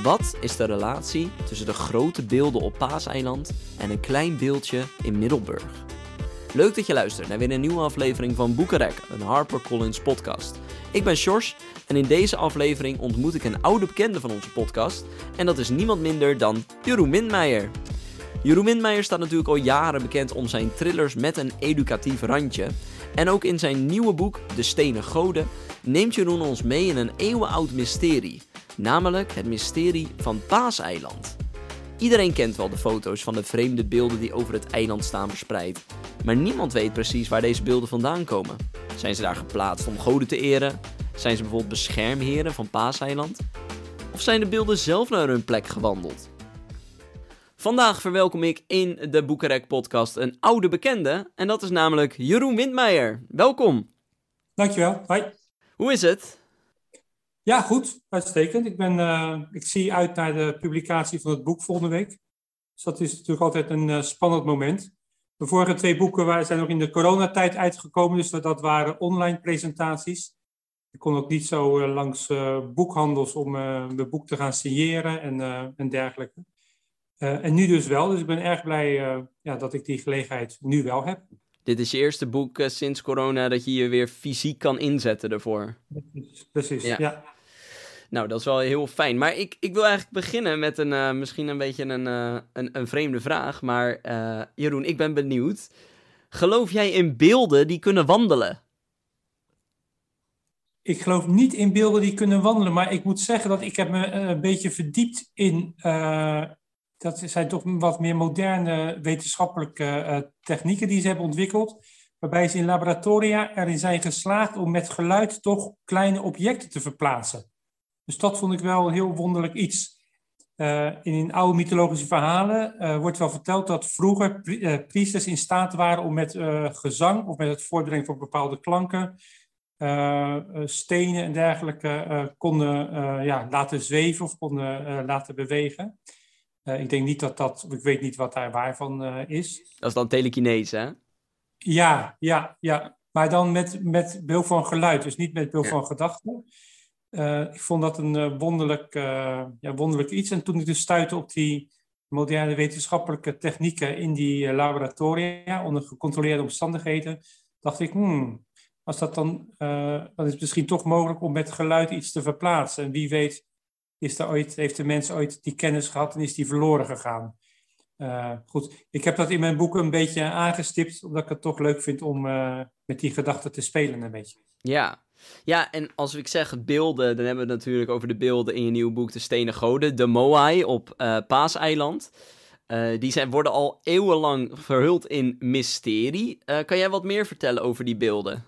Wat is de relatie tussen de grote beelden op Paaseiland en een klein beeldje in Middelburg? Leuk dat je luistert naar weer een nieuwe aflevering van Boekenrek, een HarperCollins podcast. Ik ben Sjors en in deze aflevering ontmoet ik een oude bekende van onze podcast. En dat is niemand minder dan Jeroen Windmeijer. Jeroen Windmeijer staat natuurlijk al jaren bekend om zijn thrillers met een educatief randje. En ook in zijn nieuwe boek De Stenen Goden neemt Jeroen ons mee in een eeuwenoud mysterie. Namelijk het mysterie van Paaseiland. Iedereen kent wel de foto's van de vreemde beelden die over het eiland staan verspreid. Maar niemand weet precies waar deze beelden vandaan komen. Zijn ze daar geplaatst om goden te eren? Zijn ze bijvoorbeeld beschermheren van Paaseiland? Of zijn de beelden zelf naar hun plek gewandeld? Vandaag verwelkom ik in de Boekenrek podcast een oude bekende. En dat is namelijk Jeroen Windmeijer. Welkom. Dankjewel. Hoi. Hoe is het? Ja, goed. Uitstekend. Ik zie uit naar de publicatie van het boek volgende week. Dus dat is natuurlijk altijd een spannend moment. De vorige 2 boeken zijn nog in de coronatijd uitgekomen. Dus dat waren online presentaties. Ik kon ook niet zo langs boekhandels om mijn boek te gaan signeren en dergelijke. En nu dus wel. Dus ik ben erg blij dat ik die gelegenheid nu wel heb. Dit is je eerste boek sinds corona dat je je weer fysiek kan inzetten ervoor. Precies, ja. Nou, dat is wel heel fijn. Maar ik wil eigenlijk beginnen met misschien een beetje een vreemde vraag. Maar Jeroen, ik ben benieuwd. Geloof jij in beelden die kunnen wandelen? Ik geloof niet in beelden die kunnen wandelen. Maar ik moet zeggen dat ik heb me een beetje verdiept in... dat zijn toch wat meer moderne wetenschappelijke technieken die ze hebben ontwikkeld. Waarbij ze in laboratoria erin zijn geslaagd om met geluid toch kleine objecten te verplaatsen. Dus dat vond ik wel een heel wonderlijk iets. In oude mythologische verhalen wordt wel verteld dat vroeger priesters in staat waren om met gezang of met het voortbrengen van bepaalde klanken, stenen en dergelijke konden laten zweven of konden laten bewegen. Ik denk niet ik weet niet wat daar waar van is. Dat is dan telekinese, hè? Ja. Maar dan met behulp van geluid, dus niet met behulp van gedachten. Ik vond dat een wonderlijk iets. En toen ik dus stuitte op die moderne wetenschappelijke technieken in die laboratoria, onder gecontroleerde omstandigheden, dacht ik, als dat dan is het misschien toch mogelijk om met geluid iets te verplaatsen. En wie weet heeft de mens ooit die kennis gehad en is die verloren gegaan. Goed, ik heb dat in mijn boek een beetje aangestipt, omdat ik het toch leuk vind om met die gedachten te spelen een beetje. Ja, en als ik zeg beelden, dan hebben we het natuurlijk over de beelden in je nieuwe boek De Stenen Goden, de Moai op Paaseiland. Die worden al eeuwenlang verhuld in mysterie. Kan jij wat meer vertellen over die beelden?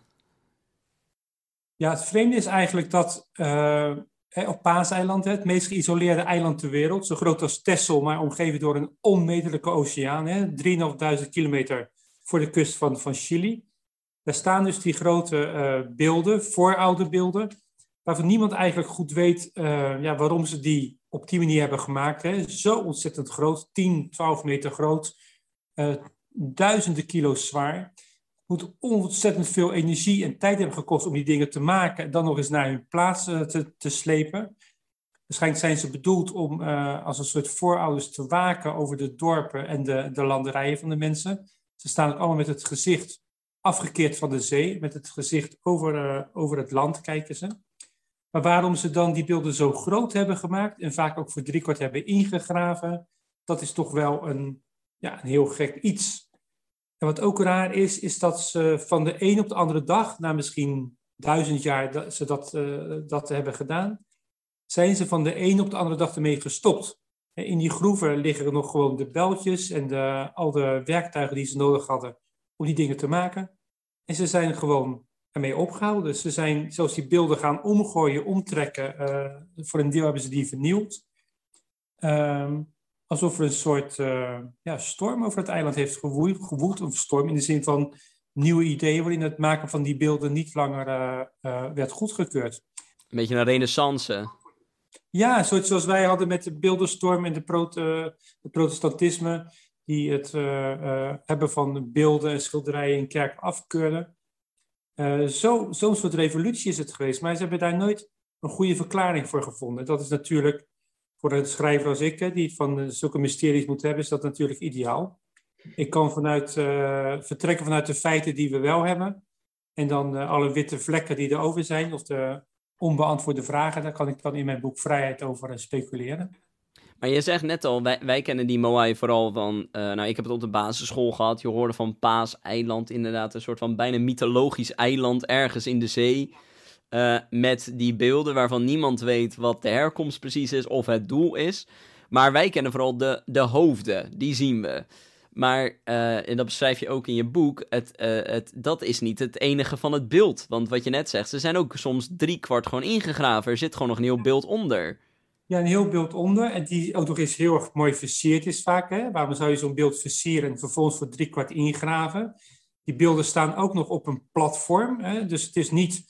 Ja, het vreemde is eigenlijk dat op Paaseiland, het meest geïsoleerde eiland ter wereld, zo groot als Texel, maar omgeven door een onmetelijke oceaan, 3.500 kilometer voor de kust van Chili. Daar staan dus die grote beelden, vooroude beelden, waarvan niemand eigenlijk goed weet waarom ze die op die manier hebben gemaakt. Hè. Zo ontzettend groot, 10, 12 meter groot, duizenden kilo's zwaar. Het moet ontzettend veel energie en tijd hebben gekost om die dingen te maken en dan nog eens naar hun plaats te slepen. Waarschijnlijk zijn ze bedoeld om als een soort voorouders te waken over de dorpen en de landerijen van de mensen. Ze staan ook allemaal met het gezicht afgekeerd van de zee, met het gezicht over het land kijken ze. Maar waarom ze dan die beelden zo groot hebben gemaakt en vaak ook voor 3/4 hebben ingegraven, dat is toch wel een heel gek iets. En wat ook raar is dat ze van de een op de andere dag, na misschien 1000 jaar dat ze dat hebben gedaan, zijn ze van de een op de andere dag ermee gestopt. In die groeven liggen er nog gewoon de beltjes en al de werktuigen die ze nodig hadden om die dingen te maken. En ze zijn gewoon ermee opgehouden. Ze zijn zelfs die beelden gaan omgooien, omtrekken. Voor een deel hebben ze die vernield. Alsof er een soort storm over het eiland heeft gewoed. Of storm in de zin van nieuwe ideeën waarin het maken van die beelden niet langer werd goedgekeurd. Een beetje een renaissance. Ja, zoals wij hadden met de beeldenstorm en de protestantisme, die het hebben van beelden en schilderijen in kerk afkeurden. Zo'n soort revolutie is het geweest, maar ze hebben daar nooit een goede verklaring voor gevonden. Dat is natuurlijk voor een schrijver als ik, die van zulke mysteries moet hebben, is dat natuurlijk ideaal. Ik kan vertrekken vanuit de feiten die we wel hebben. En dan alle witte vlekken die er over zijn, of de onbeantwoorde vragen, daar kan ik dan in mijn boek vrijheid over speculeren. Maar je zegt net al, wij kennen die Moai vooral van... ik heb het op de basisschool gehad. Je hoorde van Paaseiland, inderdaad. Een soort van bijna mythologisch eiland ergens in de zee. Met die beelden waarvan niemand weet wat de herkomst precies is of het doel is. Maar wij kennen vooral de hoofden, die zien we. Maar, en dat beschrijf je ook in je boek, dat is niet het enige van het beeld. Want wat je net zegt, ze zijn ook soms 3/4 gewoon ingegraven. Er zit gewoon nog een heel beeld onder. Ja, een heel beeld onder. En die ook nog eens heel erg mooi versierd is vaak. Hè? Waarom zou je zo'n beeld versieren en vervolgens voor 3/4 ingraven? Die beelden staan ook nog op een platform. Hè? Dus het is niet...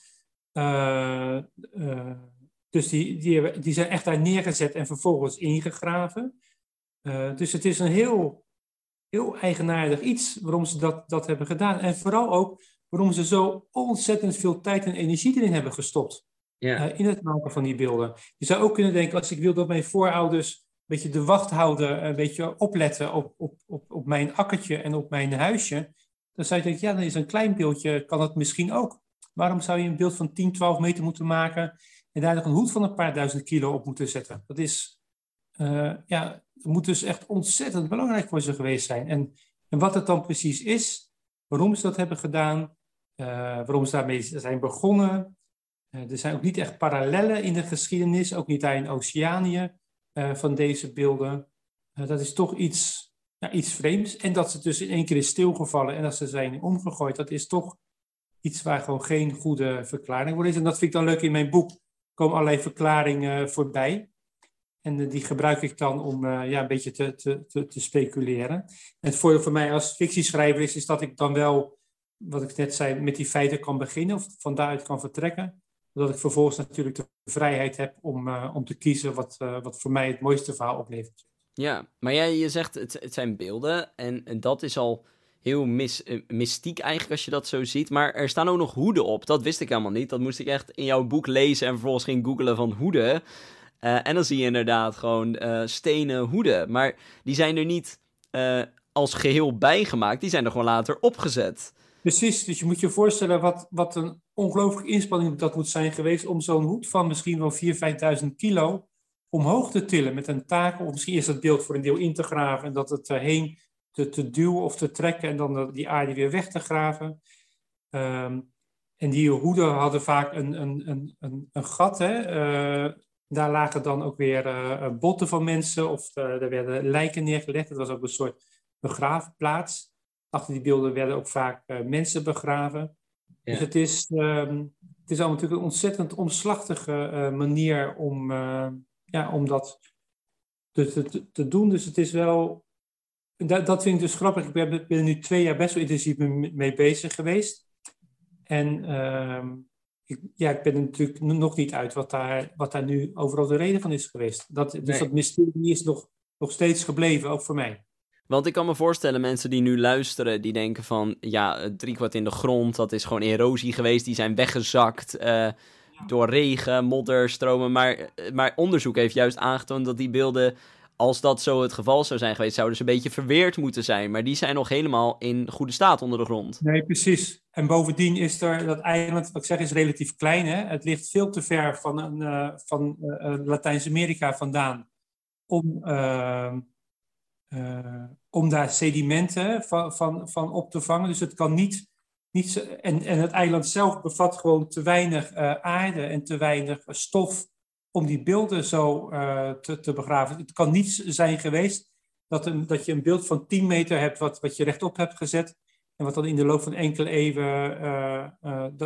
dus die zijn echt daar neergezet en vervolgens ingegraven. Dus het is een heel eigenaardig iets waarom ze dat hebben gedaan. En vooral ook waarom ze zo ontzettend veel tijd en energie erin hebben gestopt. In het maken van die beelden. Je zou ook kunnen denken, als ik wil dat mijn voorouders een beetje de wacht houden, een beetje opletten op mijn akkertje en op mijn huisje, dan zou je denken, ja, dan is een klein beeldje, kan dat misschien ook. Waarom zou je een beeld van 10, 12 meter moeten maken en daar nog een hoed van een paar duizend kilo op moeten zetten? Dat is, dat moet dus echt ontzettend belangrijk voor ze geweest zijn. En wat het dan precies is, waarom ze dat hebben gedaan, waarom ze daarmee zijn begonnen. Er zijn ook niet echt parallellen in de geschiedenis, ook niet daar in Oceanië, van deze beelden. Dat is toch iets vreemds. En dat ze dus in één keer is stilgevallen en dat ze zijn omgegooid, dat is toch iets waar gewoon geen goede verklaring voor is. En dat vind ik dan leuk in mijn boek. Er komen allerlei verklaringen voorbij. En die gebruik ik dan om een beetje te speculeren. En het voordeel voor mij als fictieschrijver is dat ik dan wel, wat ik net zei, met die feiten kan beginnen of van daaruit kan vertrekken. Zodat ik vervolgens natuurlijk de vrijheid heb om te kiezen wat voor mij het mooiste verhaal oplevert. Ja, maar je zegt het zijn beelden en dat is al heel mystiek eigenlijk als je dat zo ziet. Maar er staan ook nog hoeden op, dat wist ik helemaal niet. Dat moest ik echt in jouw boek lezen en vervolgens ging googlen van hoeden. En dan zie je inderdaad gewoon stenen hoeden. Maar die zijn er niet als geheel bijgemaakt, die zijn er gewoon later opgezet. Precies, dus je moet je voorstellen wat een ongelooflijke inspanning dat moet zijn geweest om zo'n hoed van misschien wel 4.000, 5.000 kilo omhoog te tillen met een taak, of misschien eerst het beeld voor een deel in te graven en dat het heen te duwen of te trekken en dan die aarde weer weg te graven. En die hoeden hadden vaak een gat. Hè? Daar lagen dan ook weer botten van mensen of er werden lijken neergelegd. Het was ook een soort begraafplaats. Achter die beelden werden ook vaak mensen begraven. Ja. Dus het is allemaal natuurlijk een ontzettend omslachtige manier om dat te doen. Dus het is wel... Dat vind ik dus grappig. Ik ben er nu 2 jaar best wel intensief mee bezig geweest. En ik ben er natuurlijk nog niet uit wat daar nu overal de reden van is geweest. Dus dat mysterie is nog steeds gebleven, ook voor mij. Want ik kan me voorstellen, mensen die nu luisteren, die denken van, 3/4 in de grond, dat is gewoon erosie geweest, die zijn weggezakt door regen, modder, stromen. Maar onderzoek heeft juist aangetoond dat die beelden, als dat zo het geval zou zijn geweest, zouden ze een beetje verweerd moeten zijn. Maar die zijn nog helemaal in goede staat onder de grond. Nee, precies. En bovendien is dat eiland, wat ik zeg, is relatief klein. Hè? Het ligt veel te ver van Latijns-Amerika vandaan om daar sedimenten van op te vangen. Dus het kan niet en het eiland zelf bevat gewoon te weinig aarde en te weinig stof om die beelden zo te begraven. Het kan niet zijn geweest dat je een beeld van 10 meter hebt wat je rechtop hebt gezet en wat dan in de loop van enkele eeuwen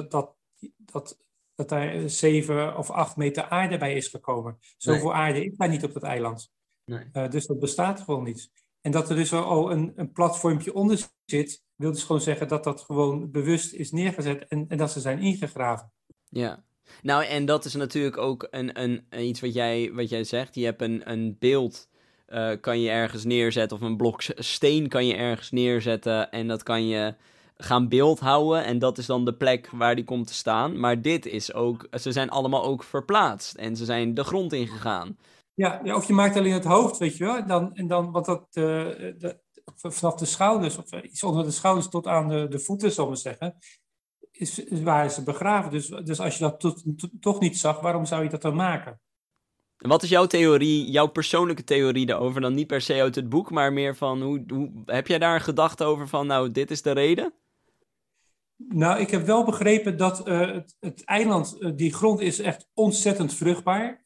dat daar 7 of 8 meter aarde bij is gekomen. Zoveel aarde is daar niet op dat eiland. Nee. Dus dat bestaat gewoon niet. En dat er dus wel een platformpje onder zit, wil dus gewoon zeggen dat gewoon bewust is neergezet en dat ze zijn ingegraven. Ja, nou en dat is natuurlijk ook iets wat jij zegt. Je hebt een beeld, kan je ergens neerzetten, of een blok steen kan je ergens neerzetten en dat kan je gaan beeldhouden en dat is dan de plek waar die komt te staan. Maar dit is ook, ze zijn allemaal ook verplaatst en ze zijn de grond ingegaan. Ja, of je maakt alleen het hoofd, weet je wel. Want vanaf de schouders, of iets onder de schouders tot aan de voeten, zal ik maar zeggen, waren ze begraven. Dus als je dat toch niet zag, waarom zou je dat dan maken? En wat is jouw theorie, jouw persoonlijke theorie daarover? Dan niet per se uit het boek, maar meer van, hoe heb jij daar een gedachte over van, nou, dit is de reden? Nou, ik heb wel begrepen dat het eiland, die grond is echt ontzettend vruchtbaar.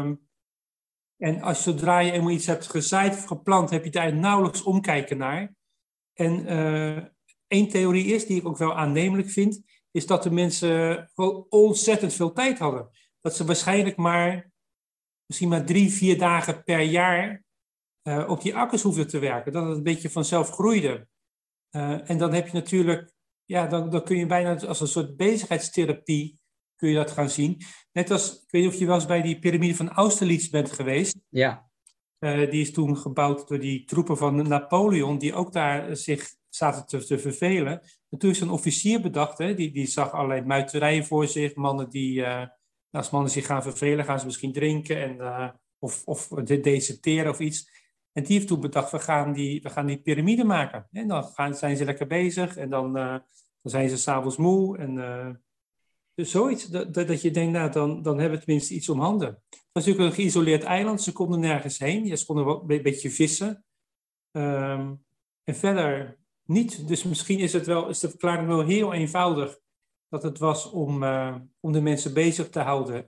En zodra je eenmaal iets hebt gezaaid of geplant, heb je daar nauwelijks omkijken naar. En één theorie is, die ik ook wel aannemelijk vind, is dat de mensen gewoon ontzettend veel tijd hadden. Dat ze waarschijnlijk misschien maar 3-4 dagen per jaar op die akkers hoefden te werken. Dat het een beetje vanzelf groeide. En dan heb je natuurlijk, ja, dan kun je bijna als een soort bezigheidstherapie kun je dat gaan zien. Net als, ik weet niet of je wel eens bij die piramide van Austerlitz bent geweest. Ja. Die is toen gebouwd door die troepen van Napoleon, die ook daar zich zaten te vervelen. En toen is een officier bedacht, die zag allerlei muiterijen voor zich. Mannen die, als mannen zich gaan vervelen, gaan ze misschien drinken of deserteren of iets. En die heeft toen bedacht, we gaan die piramide maken. En dan zijn ze lekker bezig en dan zijn ze 's avonds moe. Dus zoiets, dat je denkt, nou, dan hebben we tenminste iets om handen. Het was natuurlijk een geïsoleerd eiland, ze konden nergens heen. Ze konden wel een beetje vissen. En verder niet. Dus misschien is de verklaring wel heel eenvoudig. Dat het was om de mensen bezig te houden.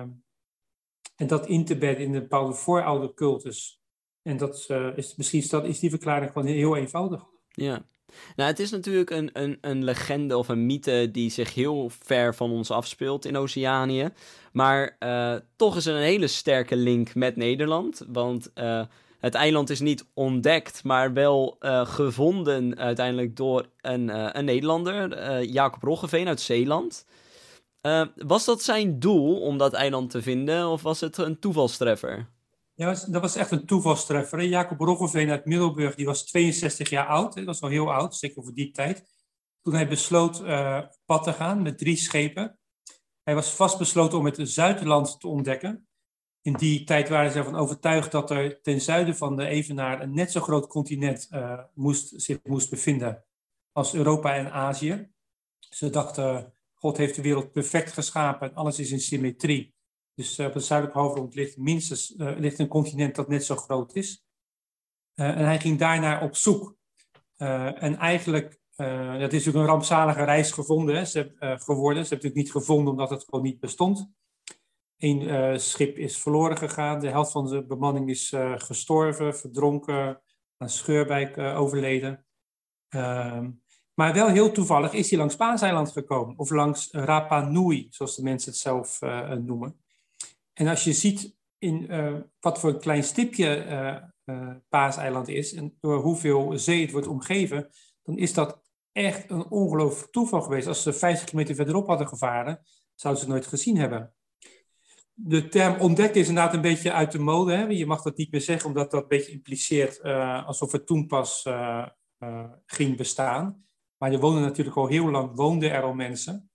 En dat in te bedden in een bepaalde vooroude cultus. En misschien is die verklaring gewoon heel eenvoudig. Ja. Nou, het is natuurlijk een legende of een mythe die zich heel ver van ons afspeelt in Oceanië. Maar toch is er een hele sterke link met Nederland. Want het eiland is niet ontdekt, maar wel gevonden uiteindelijk door een Nederlander, Jacob Roggeveen uit Zeeland. Was dat zijn doel om dat eiland te vinden of was het een toevalstreffer? Ja, dat was echt een toevalstreffer. Jacob Roggeveen uit Middelburg, die was 62 jaar oud. Dat was al heel oud, zeker voor die tijd. Toen hij besloot op pad te gaan met 3 schepen. Hij was vastbesloten om het Zuidland te ontdekken. In die tijd waren ze ervan overtuigd dat er ten zuiden van de Evenaar een net zo groot continent zich moest bevinden als Europa en Azië. Ze dachten, God heeft de wereld perfect geschapen en alles is in symmetrie. Dus op het zuidelijke halfrond ligt een continent dat net zo groot is. En hij ging daarnaar op zoek. En eigenlijk, dat is natuurlijk een rampzalige reis geworden. Ze hebben het natuurlijk niet gevonden omdat het gewoon niet bestond. Eén schip is verloren gegaan. De helft van de bemanning is gestorven, verdronken, aan scheurbuik overleden. Maar wel heel toevallig is hij langs Paaseiland gekomen. Of langs Rapa Nui, zoals de mensen het zelf noemen. En als je ziet wat voor een klein stipje Paaseiland is en door hoeveel zee het wordt omgeven, dan is dat echt een ongelooflijk toeval geweest. Als ze 50 kilometer verderop hadden gevaren, zouden ze het nooit gezien hebben. De term ontdekken is inderdaad een beetje uit de mode. Hè? Je mag dat niet meer zeggen, omdat dat een beetje impliceert alsof het toen pas ging bestaan. Maar er woonden natuurlijk al heel lang er al mensen.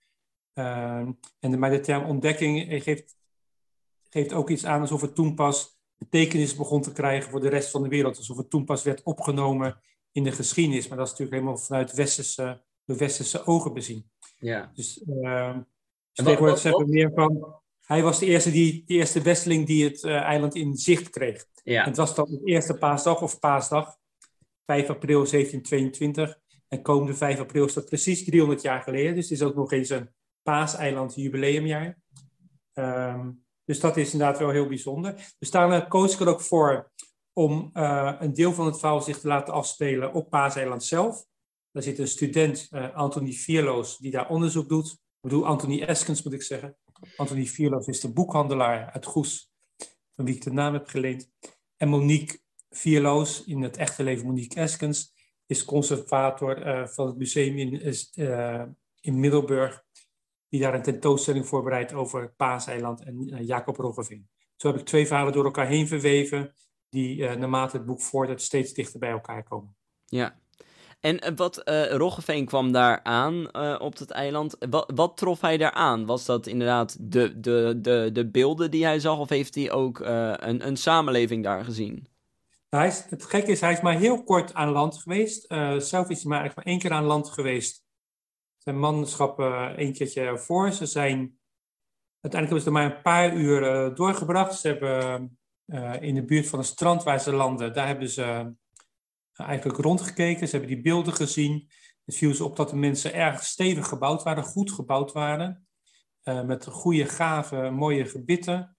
Maar de term ontdekking geeft ook iets aan alsof het toen pas betekenis begon te krijgen voor de rest van de wereld. Alsof het toen pas werd opgenomen in de geschiedenis. Maar dat is natuurlijk helemaal vanuit de westerse ogen bezien. Ja. Dus tegenwoordig zeggen we meer van, hij was de eerste westeling die het eiland in zicht kreeg. Ja. Het was dan de eerste paasdag of paasdag, 5 april 1722. En komende 5 april is dat precies 300 jaar geleden. Dus het is ook nog eens een paaseiland jubileumjaar. Dus dat is inderdaad wel heel bijzonder. Dus daar koos ik er ook voor om een deel van het verhaal zich te laten afspelen op Paaseiland zelf. Daar zit een student, Anthony Vierloos, die daar onderzoek doet. Ik bedoel, Anthony Eskens moet ik zeggen. Anthony Vierloos is de boekhandelaar uit Goes, van wie ik de naam heb geleend. En Monique Vierloos, in het echte leven Monique Eskens, is conservator van het museum in Middelburg, die daar een tentoonstelling voorbereidt over Paaseiland en Jacob Roggeveen. Zo heb ik 2 verhalen door elkaar heen verweven, die naarmate het boek vordert steeds dichter bij elkaar komen. Ja. En Roggeveen kwam daar aan op het eiland. Wat trof hij daar aan? Was dat inderdaad de beelden die hij zag? Of heeft hij ook een samenleving daar gezien? Nou, het gekke is, hij is maar heel kort aan land geweest. Zelf is hij maar eigenlijk maar 1 keer aan land geweest. Zijn manschap 1 keertje voor. Uiteindelijk hebben ze er maar een paar uur doorgebracht. Ze hebben in de buurt van het strand waar ze landen, daar hebben ze eigenlijk rondgekeken. Ze hebben die beelden gezien. Het viel ze op dat de mensen erg stevig gebouwd waren, goed gebouwd waren. Met goede, gave, mooie gebitten.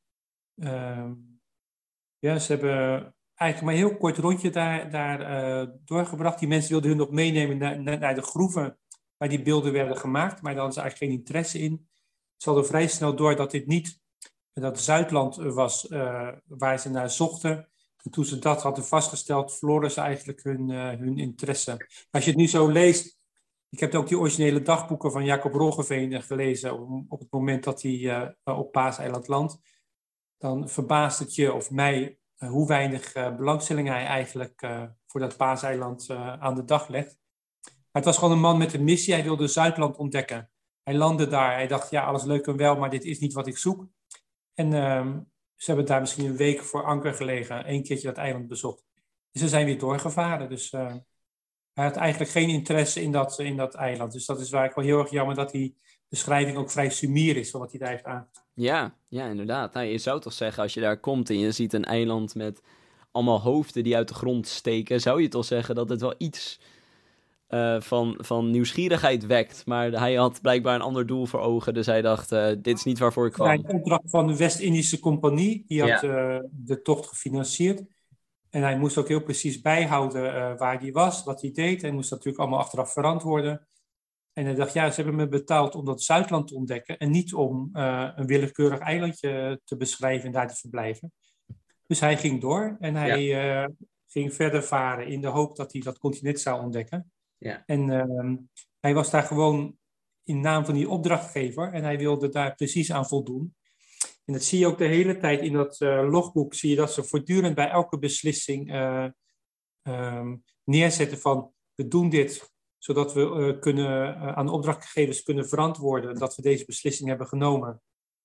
Ja, ze hebben eigenlijk maar een heel kort rondje daar doorgebracht. Die mensen wilden hun nog meenemen naar de groeven waar die beelden werden gemaakt. Maar daar hadden ze eigenlijk geen interesse in. Ze hadden vrij snel door dat dit niet dat Zuidland was waar ze naar zochten. En toen ze dat hadden vastgesteld, verloren ze eigenlijk hun interesse. Als je het nu zo leest, ik heb ook die originele dagboeken van Jacob Roggeveen gelezen op het moment dat hij op Paaseiland landt. Dan verbaast het je of mij hoe weinig belangstelling hij eigenlijk voor dat Paaseiland aan de dag legt. Maar het was gewoon een man met een missie. Hij wilde Zuidland ontdekken. Hij landde daar. Hij dacht, ja, alles leuk en wel, maar dit is niet wat ik zoek. En ze hebben daar misschien een week voor anker gelegen. 1 keertje dat eiland bezocht. En ze zijn weer doorgevaren. Dus hij had eigenlijk geen interesse in dat eiland. Dus dat is waar ik wel heel erg jammer dat die beschrijving ook vrij sumier is van wat hij daar heeft aangetoond. Ja, inderdaad. Nou, je zou toch zeggen, als je daar komt en je ziet een eiland met allemaal hoofden die uit de grond steken, zou je toch zeggen dat het wel iets van nieuwsgierigheid wekt. Maar hij had blijkbaar een ander doel voor ogen, dus hij dacht, dit is niet waarvoor ik kwam. Een opdracht van de West-Indische Compagnie, die had de tocht gefinancierd. En hij moest ook heel precies bijhouden waar hij was, wat hij deed. Hij moest dat natuurlijk allemaal achteraf verantwoorden. En hij dacht, ja, ze hebben me betaald om dat Zuidland te ontdekken en niet om een willekeurig eilandje te beschrijven en daar te verblijven. Dus hij ging door en hij ging verder varen in de hoop dat hij dat continent zou ontdekken. Ja. En hij was daar gewoon in naam van die opdrachtgever en hij wilde daar precies aan voldoen. En dat zie je ook de hele tijd in dat logboek, zie je dat ze voortdurend bij elke beslissing neerzetten van we doen dit zodat we aan de opdrachtgevers kunnen verantwoorden dat we deze beslissing hebben genomen.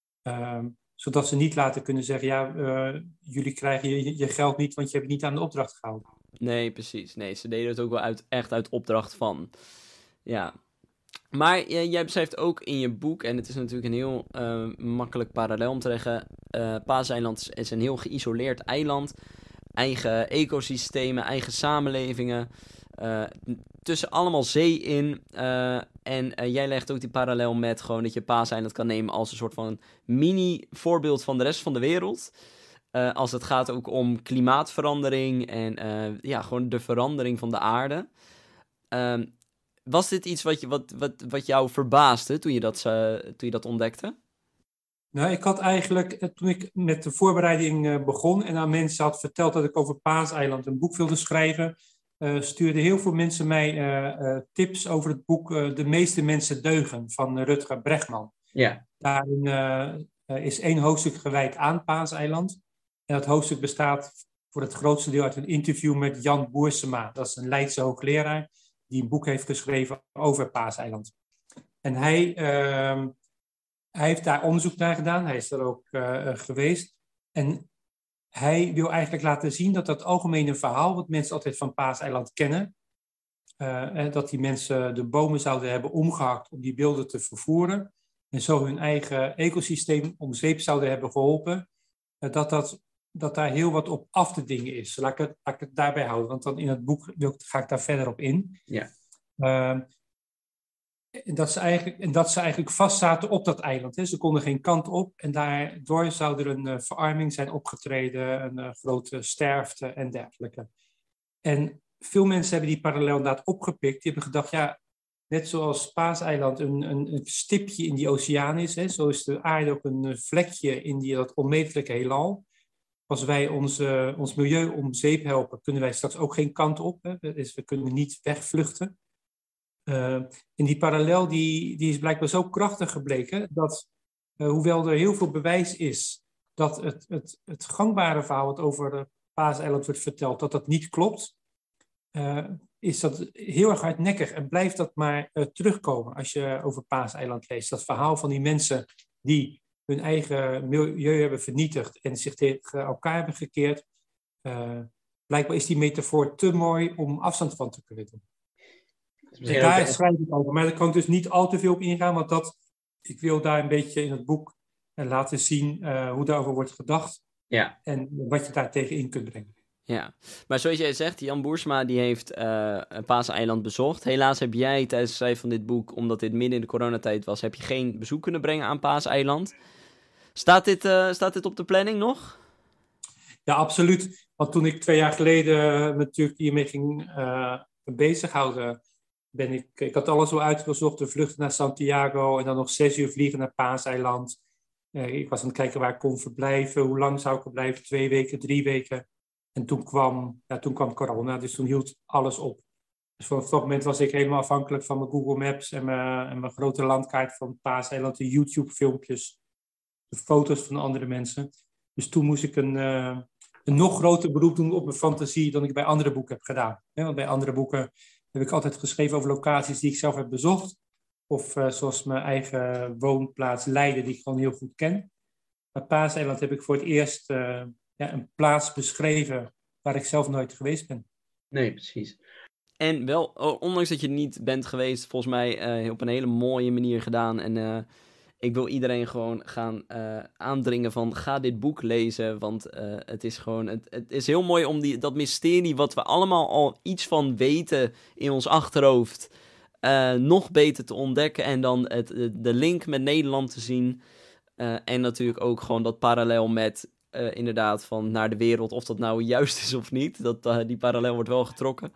Zodat ze niet later kunnen zeggen, ja, jullie krijgen je geld niet, want je hebt het niet aan de opdracht gehouden. Nee, precies. Nee, ze deden het ook wel echt uit opdracht van. Ja. Maar jij beschrijft ook in je boek, en het is natuurlijk een heel makkelijk parallel om te leggen, Paaseiland is een heel geïsoleerd eiland. Eigen ecosystemen, eigen samenlevingen. Tussen allemaal zee in. En jij legt ook die parallel met gewoon dat je Paaseiland kan nemen als een soort van mini-voorbeeld van de rest van de wereld. Als het gaat ook om klimaatverandering en gewoon de verandering van de aarde. Was dit iets wat jou verbaasde toen je dat ontdekte? Nou, ik had eigenlijk, toen ik met de voorbereiding begon en aan mensen had verteld dat ik over Paaseiland een boek wilde schrijven, stuurden heel veel mensen mij tips over het boek De meeste mensen deugen van Rutger Bregman. Ja. Daarin is 1 hoofdstuk gewijd aan Paaseiland. En dat hoofdstuk bestaat voor het grootste deel uit een interview met Jan Boersema. Dat is een Leidse hoogleraar die een boek heeft geschreven over Paaseiland. En hij heeft daar onderzoek naar gedaan. Hij is er ook geweest. En hij wil eigenlijk laten zien dat dat algemene verhaal, wat mensen altijd van Paaseiland kennen, dat die mensen de bomen zouden hebben omgehakt om die beelden te vervoeren en zo hun eigen ecosysteem om zeep zouden hebben geholpen, dat daar heel wat op af te dingen is. Laat ik het daarbij houden, want dan in het boek ga ik daar verder op in. Ja. En dat ze eigenlijk vastzaten op dat eiland. Hè. Ze konden geen kant op en daardoor zou er een verarming zijn opgetreden, een grote sterfte en dergelijke. En veel mensen hebben die parallel inderdaad opgepikt. Die hebben gedacht, ja, net zoals Paaseiland een stipje in die oceaan is, hè, zo is de aarde ook een vlekje in dat onmetelijke heelal. Als wij ons milieu om zeep helpen, kunnen wij straks ook geen kant op. Hè. Dus we kunnen niet wegvluchten. En die parallel die is blijkbaar zo krachtig gebleken dat, hoewel er heel veel bewijs is dat het gangbare verhaal wat over Paaseiland wordt verteld, dat niet klopt, is dat heel erg hardnekkig en blijft dat maar terugkomen als je over Paaseiland leest. Dat verhaal van die mensen die hun eigen milieu hebben vernietigd en zich tegen elkaar hebben gekeerd. Blijkbaar is die metafoor te mooi om afstand van te kunnen doen. Daar schrijf ik over, maar daar kan ik dus niet al te veel op ingaan, want ik wil daar een beetje in het boek laten zien hoe daarover wordt gedacht en wat je daar tegen in kunt brengen. Ja, maar zoals jij zegt, Jan Boersma die heeft Paaseiland bezocht. Helaas heb jij tijdens het schrijven van dit boek, omdat dit midden in de coronatijd was, heb je geen bezoek kunnen brengen aan Paaseiland. Staat dit op de planning nog? Ja, absoluut. Want toen ik 2 jaar geleden natuurlijk hiermee ging bezighouden, ik had alles al uitgezocht, de vlucht naar Santiago en dan nog 6 uur vliegen naar Paaseiland. Ik was aan het kijken waar ik kon verblijven, hoe lang zou ik er blijven, 2 weken, 3 weken. En toen kwam corona, dus toen hield alles op. Dus vanaf dat moment was ik helemaal afhankelijk van mijn Google Maps en mijn grote landkaart van Paaseiland, de YouTube-filmpjes, de foto's van andere mensen. Dus toen moest ik een nog groter beroep doen op mijn fantasie dan ik bij andere boeken heb gedaan. Want bij andere boeken heb ik altijd geschreven over locaties die ik zelf heb bezocht. Of zoals mijn eigen woonplaats Leiden, die ik gewoon heel goed ken. Maar Paaseiland heb ik voor het eerst een plaats beschreven waar ik zelf nooit geweest ben. Nee, precies. En wel, ondanks dat je niet bent geweest, volgens mij op een hele mooie manier gedaan. En ik wil iedereen gewoon gaan aandringen van, ga dit boek lezen. Want het is gewoon, het is heel mooi om dat mysterie wat we allemaal al iets van weten in ons achterhoofd nog beter te ontdekken. En dan de link met Nederland te zien. En natuurlijk ook gewoon dat parallel met inderdaad van naar de wereld, of dat nou juist is of niet. Die parallel wordt wel getrokken.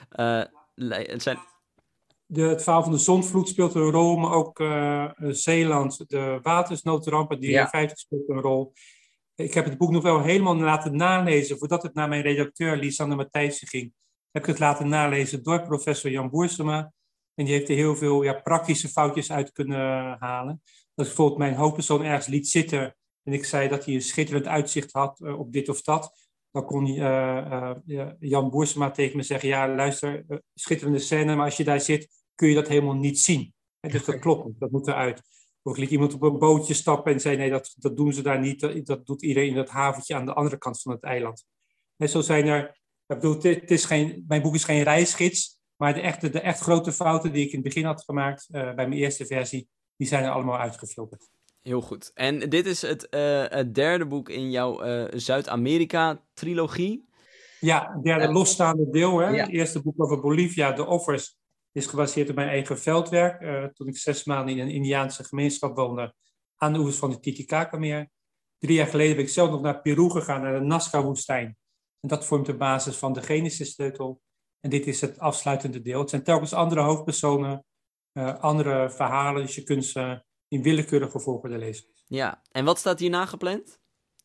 Het verhaal van de zondvloed speelt een rol, maar ook Zeeland, de watersnoodrampen, die in feite speelt een rol. Ik heb het boek nog wel helemaal laten nalezen, voordat het naar mijn redacteur Lisanne Matthijssen ging. Heb ik het laten nalezen door professor Jan Boersma. En die heeft er heel veel praktische foutjes uit kunnen halen. Dat ik bijvoorbeeld mijn hoofdpersoon ergens liet zitten en ik zei dat hij een schitterend uitzicht had op dit of dat. Dan kon Jan Boersma tegen me zeggen, ja luister, schitterende scène, maar als je daar zit kun je dat helemaal niet zien. Dus dat klopt niet, dat moet eruit. Of ik liet iemand op een bootje stappen en zei nee, dat doen ze daar niet. Dat doet iedereen in dat haventje aan de andere kant van het eiland. En zo zijn er, ik bedoel, mijn boek is geen reisgids, maar de echt grote fouten die ik in het begin had gemaakt bij mijn eerste versie, die zijn er allemaal uitgefilterd. Heel goed. En dit is het derde boek in jouw Zuid-Amerika-trilogie. Ja, het derde losstaande deel. Hè? Ja. Het eerste boek over Bolivia, The Offers, is gebaseerd op mijn eigen veldwerk. Toen ik 6 maanden in een Indiaanse gemeenschap woonde aan de oevers van het Titicacameer. 3 jaar geleden ben ik zelf nog naar Peru gegaan, naar de Nazca-woestijn. En dat vormt de basis van de Genesis-sleutel. En dit is het afsluitende deel. Het zijn telkens andere hoofdpersonen, andere verhalen, dus je kunt ze in willekeurige volgorde lezen. Ja, en wat staat hierna gepland?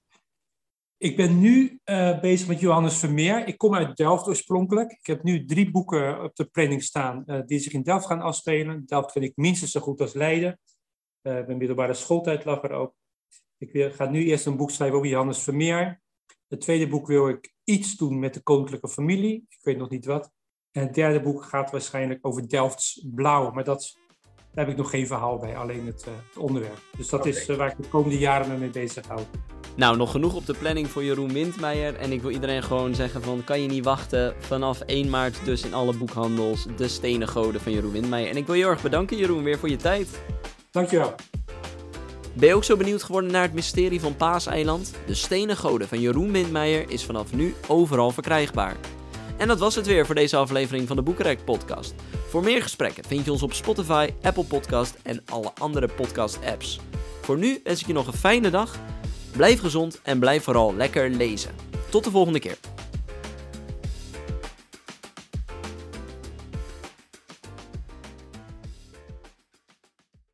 Ik ben nu bezig met Johannes Vermeer. Ik kom uit Delft oorspronkelijk. Ik heb nu 3 boeken op de planning staan die zich in Delft gaan afspelen. Delft vind ik minstens zo goed als Leiden. Mijn middelbare schooltijd lag er ook. Ik ga nu eerst een boek schrijven over Johannes Vermeer. Het tweede boek wil ik iets doen met de koninklijke familie. Ik weet nog niet wat. En het derde boek gaat waarschijnlijk over Delfts blauw. Maar daar heb ik nog geen verhaal bij, alleen het onderwerp. Dus dat is waar ik de komende jaren mee bezig hou. Nou, nog genoeg op de planning voor Jeroen Windmeijer. En ik wil iedereen gewoon zeggen van, kan je niet wachten. Vanaf 1 maart dus in alle boekhandels De Stenen Goden van Jeroen Windmeijer. En ik wil je heel erg bedanken, Jeroen, weer voor je tijd. Dankjewel. Ben je ook zo benieuwd geworden naar het mysterie van Paaseiland? De Stenen Goden van Jeroen Windmeijer is vanaf nu overal verkrijgbaar. En dat was het weer voor deze aflevering van de Boekenrek podcast. Voor meer gesprekken vind je ons op Spotify, Apple Podcast en alle andere podcast apps. Voor nu wens ik je nog een fijne dag. Blijf gezond en blijf vooral lekker lezen. Tot de volgende keer.